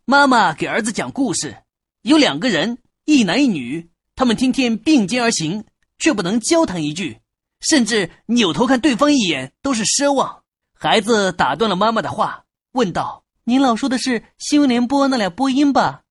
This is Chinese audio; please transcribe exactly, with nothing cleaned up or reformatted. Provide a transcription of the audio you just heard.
妈妈给儿子讲故事，有两个人，一男一女，他们天天并肩而行，却不能交谈一句，甚至扭头看对方一眼都是奢望。孩子打断了妈妈的话，问道：您老说的是新闻联播那俩播音吧？